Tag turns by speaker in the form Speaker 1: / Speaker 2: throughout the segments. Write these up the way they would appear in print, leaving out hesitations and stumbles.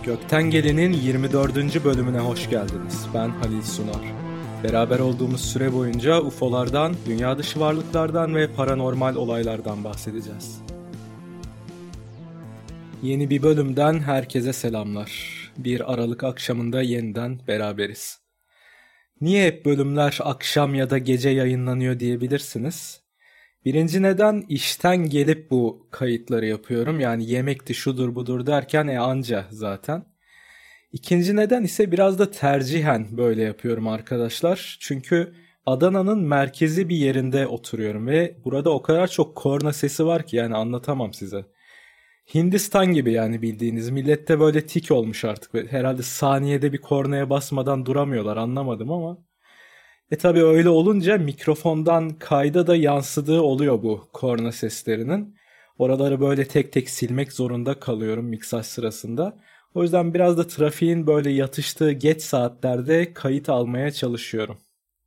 Speaker 1: Gökten Gelen'in 24. bölümüne hoş geldiniz. Ben Halil Sunar. Beraber olduğumuz süre boyunca UFO'lardan, dünya dışı varlıklardan ve paranormal olaylardan bahsedeceğiz. Yeni bir bölümden herkese selamlar. Bir Aralık akşamında yeniden beraberiz. Niye hep bölümler akşam ya da gece yayınlanıyor diyebilirsiniz. Birinci neden işten gelip bu kayıtları yapıyorum. Yani yemekti şudur budur derken anca zaten. İkinci neden ise biraz da tercihen böyle yapıyorum arkadaşlar. Çünkü Adana'nın merkezi bir yerinde oturuyorum ve burada o kadar çok korna sesi var ki yani anlatamam size. Hindistan gibi yani bildiğiniz. Millette böyle tik olmuş artık. Herhalde saniyede bir kornaya basmadan duramıyorlar, anlamadım ama. Tabii öyle olunca mikrofondan kayda da yansıdığı oluyor bu korna seslerinin. Oraları böyle tek tek silmek zorunda kalıyorum miksaj sırasında. O yüzden biraz da trafiğin böyle yatıştığı geç saatlerde kayıt almaya çalışıyorum.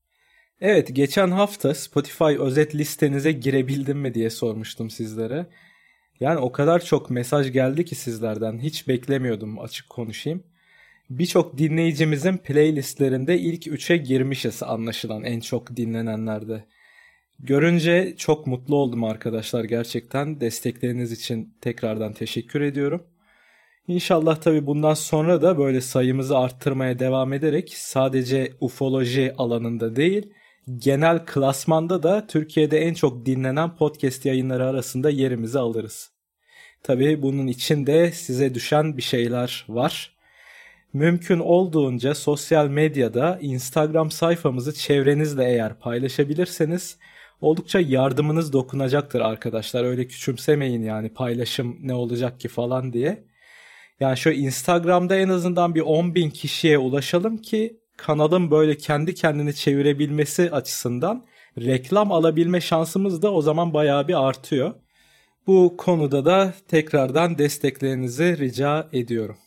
Speaker 1: Evet, geçen hafta Spotify özet listenize girebildim mi diye sormuştum sizlere. Yani o kadar çok mesaj geldi ki sizlerden, hiç beklemiyordum, açık konuşayım. Birçok dinleyicimizin playlistlerinde ilk 3'e girmişiz anlaşılan, en çok dinlenenlerde. Görünce çok mutlu oldum arkadaşlar, gerçekten destekleriniz için tekrardan teşekkür ediyorum. İnşallah tabii bundan sonra da böyle sayımızı arttırmaya devam ederek sadece ufoloji alanında değil, genel klasmanda da Türkiye'de en çok dinlenen podcast yayınları arasında yerimizi alırız. Tabii bunun için de size düşen bir şeyler var. Mümkün olduğunca sosyal medyada Instagram sayfamızı çevrenizle eğer paylaşabilirseniz oldukça yardımınız dokunacaktır arkadaşlar. Öyle küçümsemeyin yani, paylaşım ne olacak ki falan diye. Yani şu Instagram'da en azından bir 10.000 kişiye ulaşalım ki kanalın böyle kendi kendini çevirebilmesi açısından reklam alabilme şansımız da o zaman bayağı bir artıyor. Bu konuda da tekrardan desteklerinizi rica ediyorum.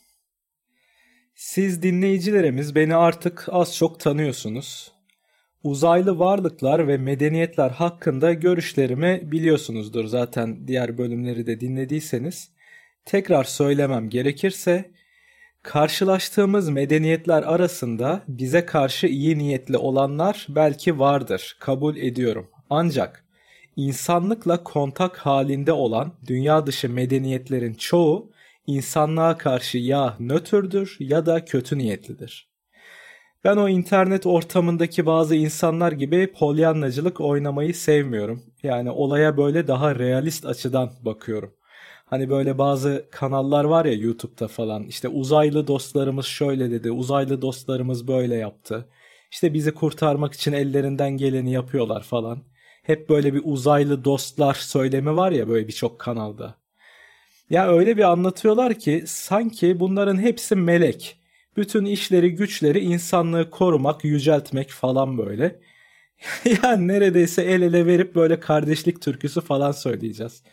Speaker 1: Siz dinleyicilerimiz beni artık az çok tanıyorsunuz. Uzaylı varlıklar ve medeniyetler hakkında görüşlerimi biliyorsunuzdur zaten, diğer bölümleri de dinlediyseniz. Tekrar söylemem gerekirse, karşılaştığımız medeniyetler arasında bize karşı iyi niyetli olanlar belki vardır, kabul ediyorum. Ancak insanlıkla kontak halinde olan dünya dışı medeniyetlerin çoğu insanlığa karşı ya nötrdür ya da kötü niyetlidir. Ben o internet ortamındaki bazı insanlar gibi polyanlacılık oynamayı sevmiyorum. Yani olaya böyle daha realist açıdan bakıyorum. Hani böyle bazı kanallar var ya YouTube'da falan, işte uzaylı dostlarımız şöyle dedi, uzaylı dostlarımız böyle yaptı. İşte bizi kurtarmak için ellerinden geleni yapıyorlar falan. Hep böyle bir uzaylı dostlar söylemi var ya böyle birçok kanalda. Ya öyle bir anlatıyorlar ki sanki bunların hepsi melek. Bütün işleri güçleri insanlığı korumak, yüceltmek falan böyle. Yani neredeyse el ele verip böyle kardeşlik türküsü falan söyleyeceğiz.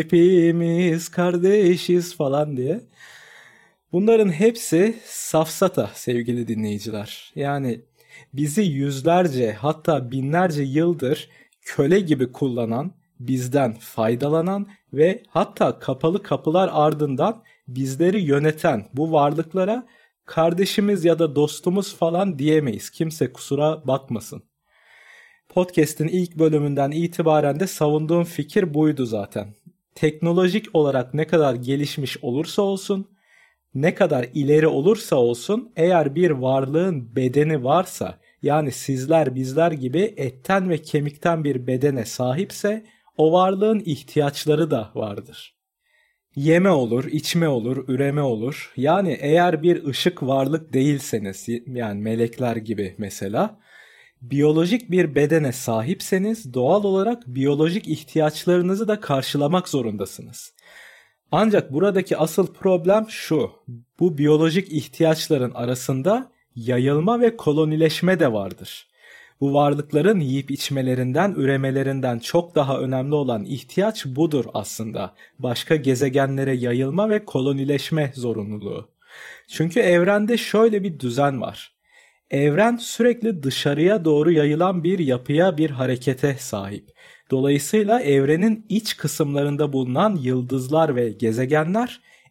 Speaker 1: Hepimiz kardeşiz falan diye. Bunların hepsi safsata sevgili dinleyiciler. Yani bizi yüzlerce hatta binlerce yıldır köle gibi kullanan, bizden faydalanan ve hatta kapalı kapılar ardından bizleri yöneten bu varlıklara kardeşimiz ya da dostumuz falan diyemeyiz. Kimse kusura bakmasın. Podcast'in ilk bölümünden itibaren de savunduğum fikir buydu zaten. Teknolojik olarak ne kadar gelişmiş olursa olsun, ne kadar ileri olursa olsun, eğer bir varlığın bedeni varsa, yani sizler bizler gibi etten ve kemikten bir bedene sahipse, o varlığın ihtiyaçları da vardır. Yeme olur, içme olur, üreme olur. Yani eğer bir ışık varlık değilseniz, yani melekler gibi mesela, biyolojik bir bedene sahipseniz doğal olarak biyolojik ihtiyaçlarınızı da karşılamak zorundasınız. Ancak buradaki asıl problem şu: bu biyolojik ihtiyaçların arasında yayılma ve kolonileşme de vardır. Bu varlıkların yiyip içmelerinden, üremelerinden çok daha önemli olan ihtiyaç budur aslında. Başka gezegenlere yayılma ve kolonileşme zorunluluğu. Çünkü evrende şöyle bir düzen var. Evren sürekli dışarıya doğru yayılan bir yapıya, bir harekete sahip. Dolayısıyla evrenin iç kısımlarında bulunan yıldızlar ve gezegenler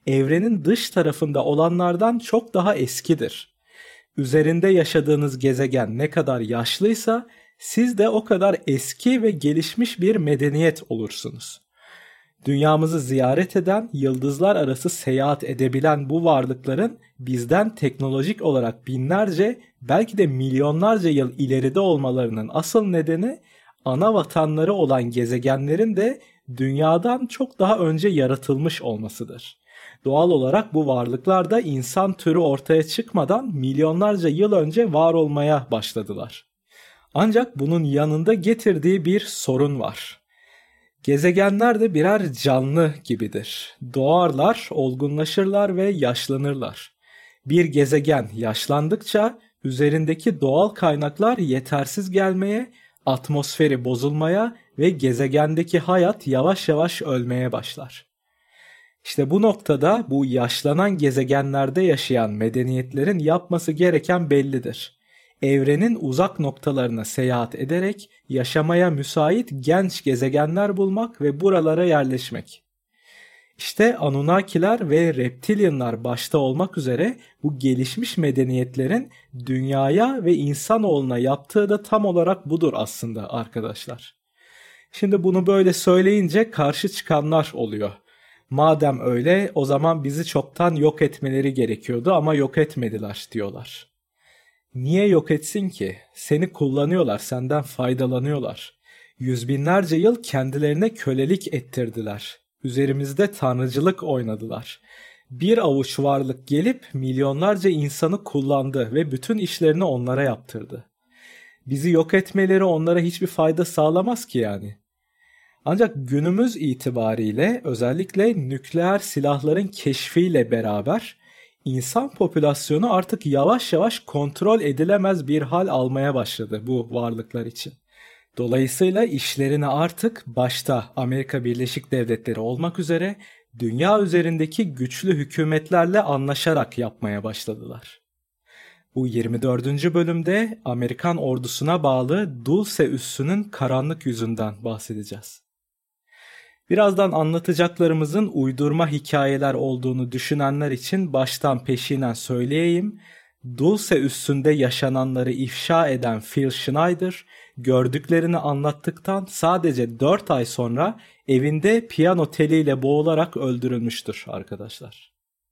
Speaker 1: evrenin dış tarafında olanlardan çok daha eskidir. Üzerinde yaşadığınız gezegen ne kadar yaşlıysa siz de o kadar eski ve gelişmiş bir medeniyet olursunuz. Dünyamızı ziyaret eden, yıldızlar arası seyahat edebilen bu varlıkların bizden teknolojik olarak binlerce, belki de milyonlarca yıl ileride olmalarının asıl nedeni ana vatanları olan gezegenlerin de dünyadan çok daha önce yaratılmış olmasıdır. Doğal olarak bu varlıklar da insan türü ortaya çıkmadan milyonlarca yıl önce var olmaya başladılar. Ancak bunun yanında getirdiği bir sorun var. Gezegenler de birer canlı gibidir. Doğarlar, olgunlaşırlar ve yaşlanırlar. Bir gezegen yaşlandıkça üzerindeki doğal kaynaklar yetersiz gelmeye, atmosferi bozulmaya ve gezegendeki hayat yavaş yavaş ölmeye başlar. İşte bu noktada bu yaşlanan gezegenlerde yaşayan medeniyetlerin yapması gereken bellidir. Evrenin uzak noktalarına seyahat ederek yaşamaya müsait genç gezegenler bulmak ve buralara yerleşmek. İşte Anunnakiler ve Reptilianlar başta olmak üzere bu gelişmiş medeniyetlerin dünyaya ve insanoğluna yaptığı da tam olarak budur aslında arkadaşlar. Şimdi bunu böyle söyleyince karşı çıkanlar oluyor. Madem öyle o zaman bizi çoktan yok etmeleri gerekiyordu ama yok etmediler diyorlar. Niye yok etsin ki? Seni kullanıyorlar, senden faydalanıyorlar. Yüz binlerce yıl kendilerine kölelik ettirdiler. Üzerimizde tanrıcılık oynadılar. Bir avuç varlık gelip milyonlarca insanı kullandı ve bütün işlerini onlara yaptırdı. Bizi yok etmeleri onlara hiçbir fayda sağlamaz ki yani. Ancak günümüz itibariyle özellikle nükleer silahların keşfiyle beraber İnsan popülasyonu artık yavaş yavaş kontrol edilemez bir hal almaya başladı bu varlıklar için. Dolayısıyla işlerini artık başta Amerika Birleşik Devletleri olmak üzere dünya üzerindeki güçlü hükümetlerle anlaşarak yapmaya başladılar. Bu 24. bölümde Amerikan ordusuna bağlı Dulce üssünün karanlık yüzünden bahsedeceğiz. Birazdan anlatacaklarımızın uydurma hikayeler olduğunu düşünenler için baştan peşinen söyleyeyim. Dulce üssünde yaşananları ifşa eden Phil Schneider, gördüklerini anlattıktan sadece 4 ay sonra evinde piyano teliyle boğularak öldürülmüştür arkadaşlar.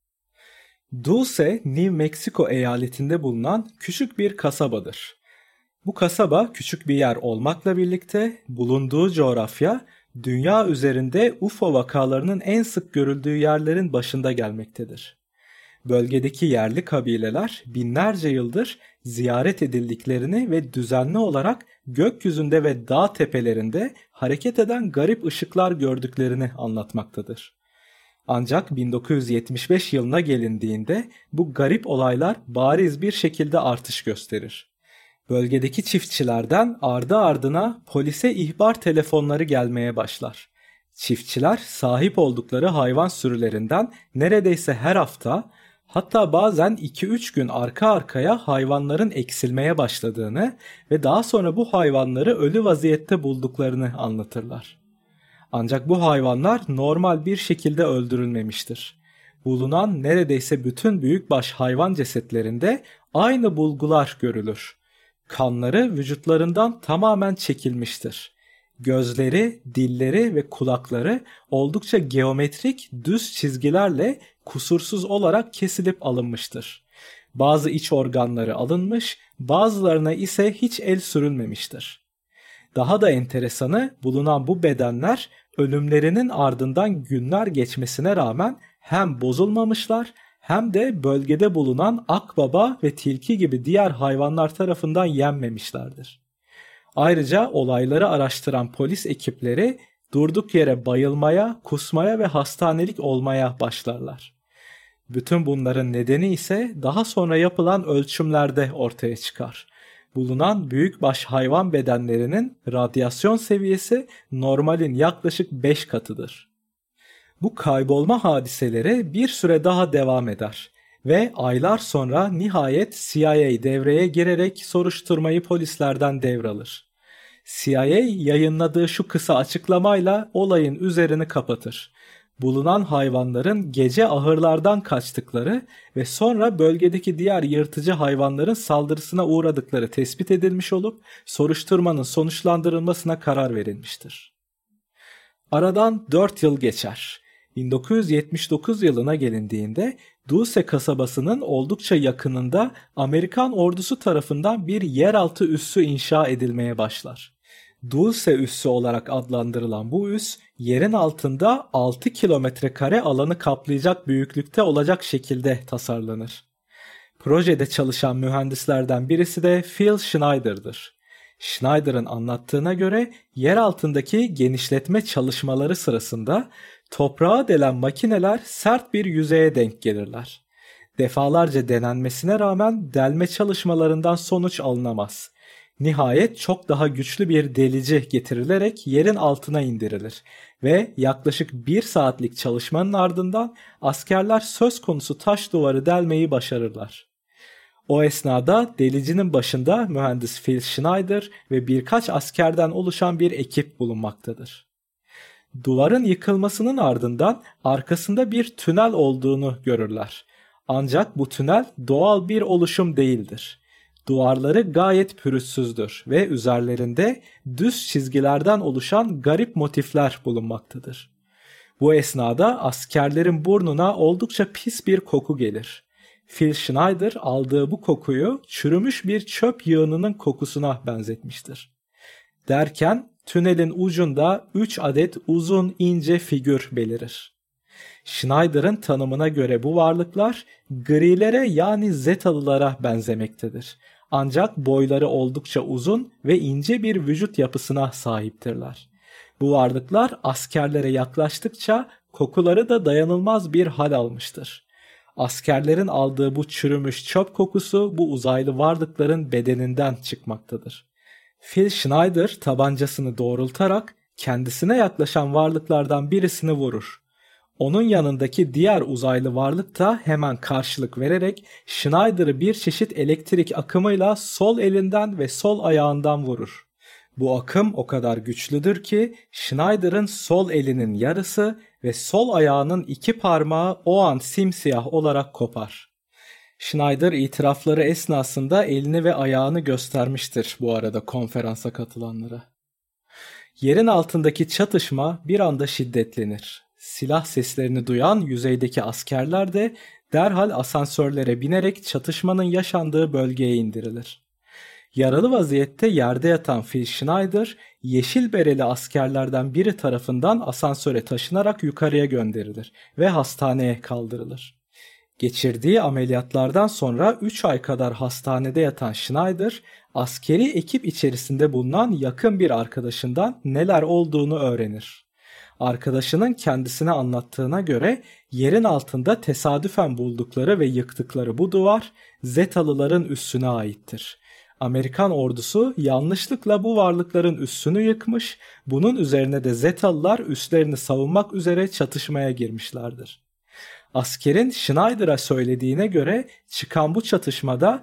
Speaker 1: Dulce, New Mexico eyaletinde bulunan küçük bir kasabadır. Bu kasaba küçük bir yer olmakla birlikte bulunduğu coğrafya, dünya üzerinde UFO vakalarının en sık görüldüğü yerlerin başında gelmektedir. Bölgedeki yerli kabileler binlerce yıldır ziyaret edildiklerini ve düzenli olarak gökyüzünde ve dağ tepelerinde hareket eden garip ışıklar gördüklerini anlatmaktadır. Ancak 1975 yılına gelindiğinde bu garip olaylar bariz bir şekilde artış gösterir. Bölgedeki çiftçilerden ardı ardına polise ihbar telefonları gelmeye başlar. Çiftçiler sahip oldukları hayvan sürülerinden neredeyse her hafta, hatta bazen 2-3 gün arka arkaya hayvanların eksilmeye başladığını ve daha sonra bu hayvanları ölü vaziyette bulduklarını anlatırlar. Ancak bu hayvanlar normal bir şekilde öldürülmemiştir. Bulunan neredeyse bütün büyükbaş hayvan cesetlerinde aynı bulgular görülür. Kanları vücutlarından tamamen çekilmiştir. Gözleri, dilleri ve kulakları oldukça geometrik düz çizgilerle kusursuz olarak kesilip alınmıştır. Bazı iç organları alınmış, bazılarına ise hiç el sürülmemiştir. Daha da enteresanı, bulunan bu bedenler ölümlerinin ardından günler geçmesine rağmen hem bozulmamışlar hem de bölgede bulunan akbaba ve tilki gibi diğer hayvanlar tarafından yenmemişlerdir. Ayrıca olayları araştıran polis ekipleri durduk yere bayılmaya, kusmaya ve hastanelik olmaya başlarlar. Bütün bunların nedeni ise daha sonra yapılan ölçümlerde ortaya çıkar. Bulunan büyükbaş hayvan bedenlerinin radyasyon seviyesi normalin yaklaşık 5 katıdır. Bu kaybolma hadiseleri bir süre daha devam eder ve aylar sonra nihayet CIA devreye girerek soruşturmayı polislerden devralır. CIA yayınladığı şu kısa açıklamayla olayın üzerini kapatır. bulunan hayvanların gece ahırlardan kaçtıkları ve sonra bölgedeki diğer yırtıcı hayvanların saldırısına uğradıkları tespit edilmiş olup soruşturmanın sonuçlandırılmasına karar verilmiştir. Aradan 4 yıl geçer. 1979 yılına gelindiğinde Dulce kasabasının oldukça yakınında Amerikan ordusu tarafından bir yeraltı üssü inşa edilmeye başlar. Dulce üssü olarak adlandırılan bu üs, yerin altında 6 kilometre kare alanı kaplayacak büyüklükte olacak şekilde tasarlanır. Projede çalışan mühendislerden birisi de Phil Schneider'dır. Schneider'ın anlattığına göre yer altındaki genişletme çalışmaları sırasında toprağa delen makineler sert bir yüzeye denk gelirler. Defalarca denenmesine rağmen delme çalışmalarından sonuç alınamaz. Nihayet çok daha güçlü bir delici getirilerek yerin altına indirilir ve yaklaşık 1 saatlik çalışmanın ardından askerler söz konusu taş duvarı delmeyi başarırlar. O esnada delicinin başında mühendis Phil Schneider ve birkaç askerden oluşan bir ekip bulunmaktadır. Duvarın yıkılmasının ardından arkasında bir tünel olduğunu görürler. Ancak bu tünel doğal bir oluşum değildir. Duvarları gayet pürüzsüzdür ve üzerlerinde düz çizgilerden oluşan garip motifler bulunmaktadır. Bu esnada askerlerin burnuna oldukça pis bir koku gelir. Phil Schneider aldığı bu kokuyu çürümüş bir çöp yığınının kokusuna benzetmiştir. Derken tünelin ucunda 3 adet uzun ince figür belirir. Schneider'ın tanımına göre bu varlıklar grilere yani Zetalılara benzemektedir. Ancak boyları oldukça uzun ve ince bir vücut yapısına sahiptirler. Bu varlıklar askerlere yaklaştıkça kokuları da dayanılmaz bir hal almıştır. Askerlerin aldığı bu çürümüş çöp kokusu bu uzaylı varlıkların bedeninden çıkmaktadır. Phil Schneider tabancasını doğrultarak kendisine yaklaşan varlıklardan birisini vurur. Onun yanındaki diğer uzaylı varlık da hemen karşılık vererek Schneider'ı bir çeşit elektrik akımıyla sol elinden ve sol ayağından vurur. Bu akım o kadar güçlüdür ki Schneider'ın sol elinin yarısı ve sol ayağının 2 parmağı o an simsiyah olarak kopar. Schneider itirafları esnasında elini ve ayağını göstermiştir bu arada konferansa katılanlara. Yerin altındaki çatışma bir anda şiddetlenir. Silah seslerini duyan yüzeydeki askerler de derhal asansörlere binerek çatışmanın yaşandığı bölgeye indirilir. Yaralı vaziyette yerde yatan Phil Schneider, yeşil bereli askerlerden biri tarafından asansöre taşınarak yukarıya gönderilir ve hastaneye kaldırılır. Geçirdiği ameliyatlardan sonra 3 ay kadar hastanede yatan Schneider, askeri ekip içerisinde bulunan yakın bir arkadaşından neler olduğunu öğrenir. Arkadaşının kendisine anlattığına göre yerin altında tesadüfen buldukları ve yıktıkları bu duvar Zetalıların üssüne aittir. Amerikan ordusu yanlışlıkla bu varlıkların üssünü yıkmış, bunun üzerine de Zetalılar üslerini savunmak üzere çatışmaya girmişlerdir. Askerin Schneider'a söylediğine göre çıkan bu çatışmada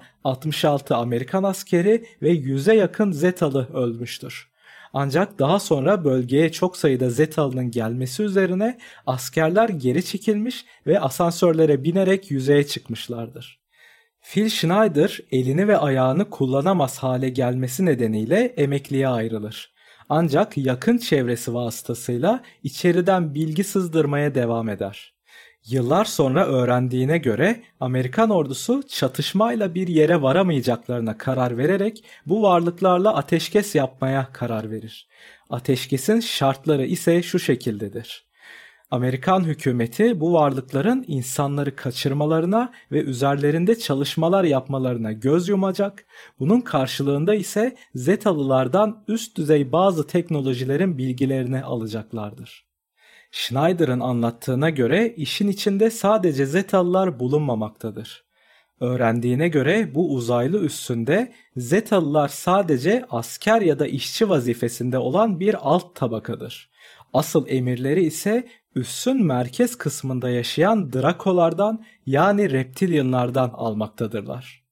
Speaker 1: 66 Amerikan askeri ve 100'e yakın Zetalı ölmüştür. Ancak daha sonra bölgeye çok sayıda Zetalı'nın gelmesi üzerine askerler geri çekilmiş ve asansörlere binerek yüzeye çıkmışlardır. Phil Schneider elini ve ayağını kullanamaz hale gelmesi nedeniyle emekliye ayrılır. Ancak yakın çevresi vasıtasıyla içeriden bilgi sızdırmaya devam eder. Yıllar sonra öğrendiğine göre Amerikan ordusu çatışmayla bir yere varamayacaklarına karar vererek bu varlıklarla ateşkes yapmaya karar verir. Ateşkesin şartları ise şu şekildedir. Amerikan hükümeti bu varlıkların insanları kaçırmalarına ve üzerlerinde çalışmalar yapmalarına göz yumacak, bunun karşılığında ise Zetalılardan üst düzey bazı teknolojilerin bilgilerini alacaklardır. Schneider'ın anlattığına göre işin içinde sadece Zetalılar bulunmamaktadır. Öğrendiğine göre bu uzaylı üssünde Zetalılar sadece asker ya da işçi vazifesinde olan bir alt tabakadır. Asıl emirleri ise üssün merkez kısmında yaşayan Drakolardan yani reptilyanlardan almaktadırlar.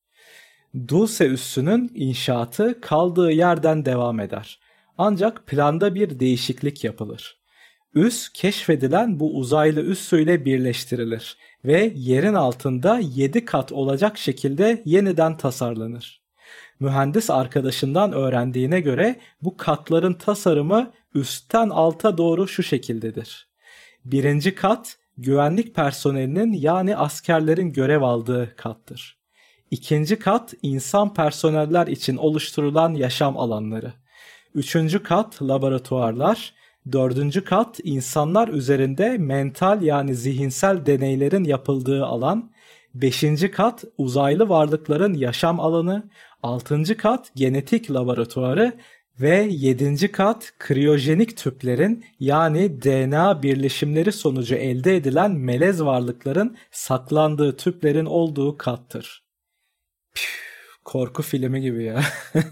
Speaker 1: Dulce üssünün inşaatı kaldığı yerden devam eder. Ancak planda bir değişiklik yapılır. Üs keşfedilen bu uzaylı üssüyle birleştirilir ve yerin altında 7 kat olacak şekilde yeniden tasarlanır. Mühendis arkadaşından öğrendiğine göre bu katların tasarımı üstten alta doğru şu şekildedir. Birinci kat güvenlik personelinin yani askerlerin görev aldığı kattır. İkinci kat insan personeller için oluşturulan yaşam alanları. Üçüncü kat laboratuvarlar. Dördüncü kat insanlar üzerinde mental yani zihinsel deneylerin yapıldığı alan. Beşinci kat uzaylı varlıkların yaşam alanı. Altıncı kat genetik laboratuvarı. Ve 7. kat kriyojenik tüplerin yani DNA birleşimleri sonucu elde edilen melez varlıkların saklandığı tüplerin olduğu kattır. Korku filmi gibi ya.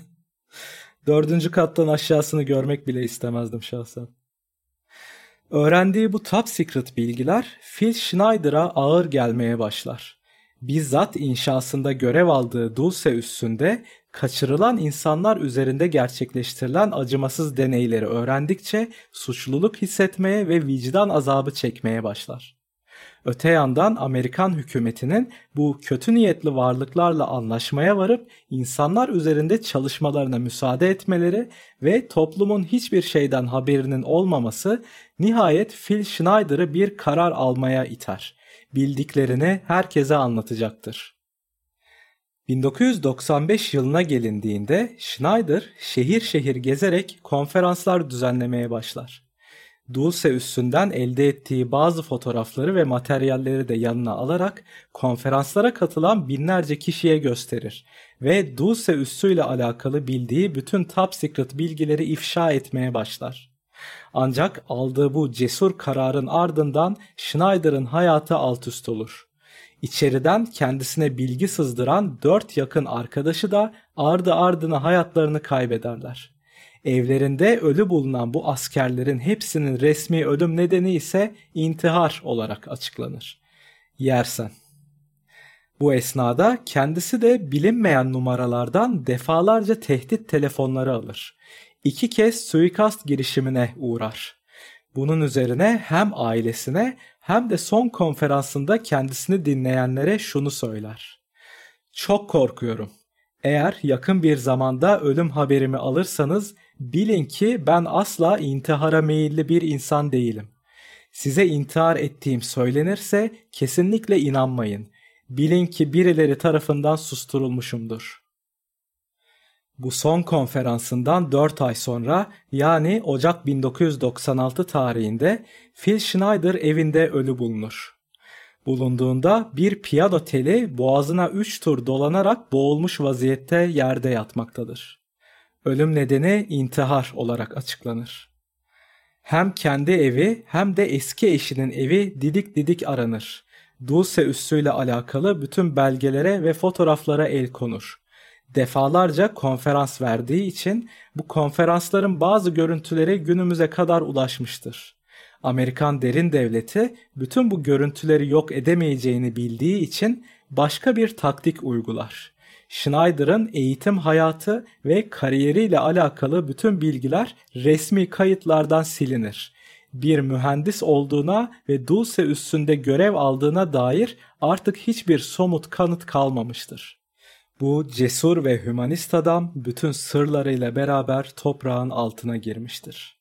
Speaker 1: 4. kattan aşağısını görmek bile istemezdim şahsen. Öğrendiği bu top secret bilgiler Phil Schneider'a ağır gelmeye başlar. Bizzat inşasında görev aldığı Dulce üssünde kaçırılan insanlar üzerinde gerçekleştirilen acımasız deneyleri öğrendikçe suçluluk hissetmeye ve vicdan azabı çekmeye başlar. Öte yandan Amerikan hükümetinin bu kötü niyetli varlıklarla anlaşmaya varıp insanlar üzerinde çalışmalarına müsaade etmeleri ve toplumun hiçbir şeyden haberinin olmaması nihayet Phil Schneider'ı bir karar almaya iter. Bildiklerini herkese anlatacaktır. 1995 yılına gelindiğinde Schneider şehir şehir gezerek konferanslar düzenlemeye başlar. Dulce üssünden elde ettiği bazı fotoğrafları ve materyalleri de yanına alarak konferanslara katılan binlerce kişiye gösterir ve Dulce üssüyle alakalı bildiği bütün top secret bilgileri ifşa etmeye başlar. Ancak aldığı bu cesur kararın ardından Schneider'ın hayatı alt üst olur. İçeriden kendisine bilgi sızdıran 4 yakın arkadaşı da ardı ardına hayatlarını kaybederler. Evlerinde ölü bulunan bu askerlerin hepsinin resmi ölüm nedeni ise intihar olarak açıklanır. Yersen. Bu esnada kendisi de bilinmeyen numaralardan defalarca tehdit telefonları alır. 2 kez suikast girişimine uğrar. Bunun üzerine hem ailesine hem de son konferansında kendisini dinleyenlere şunu söyler. Çok korkuyorum. Eğer yakın bir zamanda ölüm haberimi alırsanız bilin ki ben asla intihara meyilli bir insan değilim. Size intihar ettiğim söylenirse kesinlikle inanmayın. Bilin ki birileri tarafından susturulmuşumdur. Bu son konferansından 4 ay sonra yani Ocak 1996 tarihinde Phil Schneider evinde ölü bulunur. Bulunduğunda bir piyano teli boğazına 3 tur dolanarak boğulmuş vaziyette yerde yatmaktadır. Ölüm nedeni intihar olarak açıklanır. Hem kendi evi hem de eski eşinin evi didik didik aranır. Dulce üssüyle alakalı bütün belgelere ve fotoğraflara el konur. Defalarca konferans verdiği için bu konferansların bazı görüntüleri günümüze kadar ulaşmıştır. Amerikan derin devleti bütün bu görüntüleri yok edemeyeceğini bildiği için başka bir taktik uygular. Schneider'ın eğitim hayatı ve kariyeriyle alakalı bütün bilgiler resmi kayıtlardan silinir. Bir mühendis olduğuna ve Dulce üssünde görev aldığına dair artık hiçbir somut kanıt kalmamıştır. Bu cesur ve hümanist adam bütün sırlarıyla beraber toprağın altına girmiştir.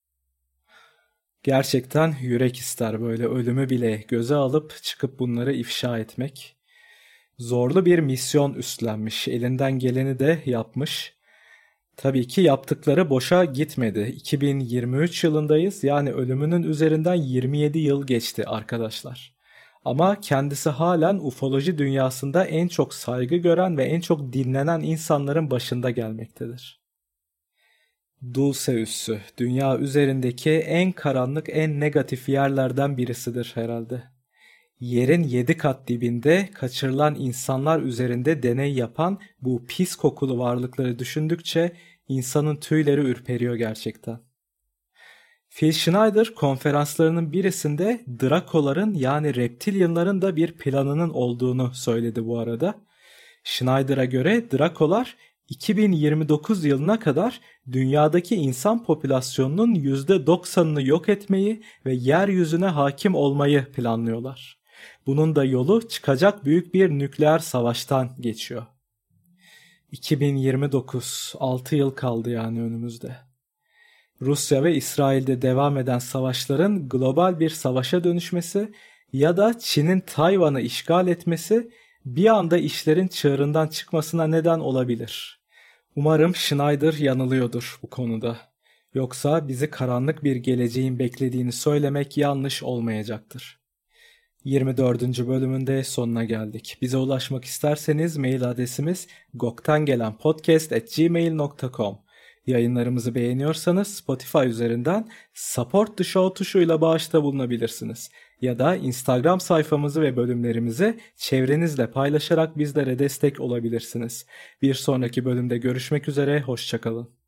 Speaker 1: Gerçekten yürek ister böyle ölümü bile göze alıp çıkıp bunları ifşa etmek. Zorlu bir misyon üstlenmiş, elinden geleni de yapmış. Tabii ki yaptıkları boşa gitmedi. 2023 yılındayız, yani ölümünün üzerinden 27 yıl geçti arkadaşlar. Ama kendisi halen ufoloji dünyasında en çok saygı gören ve en çok dinlenen insanların başında gelmektedir. Dulce üssü, dünya üzerindeki en karanlık, en negatif yerlerden birisidir herhalde. Yerin 7 kat dibinde kaçırılan insanlar üzerinde deney yapan bu pis kokulu varlıkları düşündükçe insanın tüyleri ürperiyor gerçekten. Phil Schneider konferanslarının birisinde Draco'ların yani reptilyanların da bir planının olduğunu söyledi bu arada. Schneider'a göre Draco'lar 2029 yılına kadar dünyadaki insan popülasyonunun %90'ını yok etmeyi ve yeryüzüne hakim olmayı planlıyorlar. Bunun da yolu çıkacak büyük bir nükleer savaştan geçiyor. 2029, 6 yıl kaldı yani önümüzde. Rusya ve İsrail'de devam eden savaşların global bir savaşa dönüşmesi ya da Çin'in Tayvan'ı işgal etmesi bir anda işlerin çığırından çıkmasına neden olabilir. Umarım Schneider yanılıyordur bu konuda. Yoksa bizi karanlık bir geleceğin beklediğini söylemek yanlış olmayacaktır. 24. bölümünde sonuna geldik. Bize ulaşmak isterseniz mail adresimiz goktangelenpodcast@gmail.com. Yayınlarımızı beğeniyorsanız Spotify üzerinden Support the Show tuşuyla bağışta bulunabilirsiniz. Ya da Instagram sayfamızı ve bölümlerimizi çevrenizle paylaşarak bizlere destek olabilirsiniz. Bir sonraki bölümde görüşmek üzere, hoşça kalın.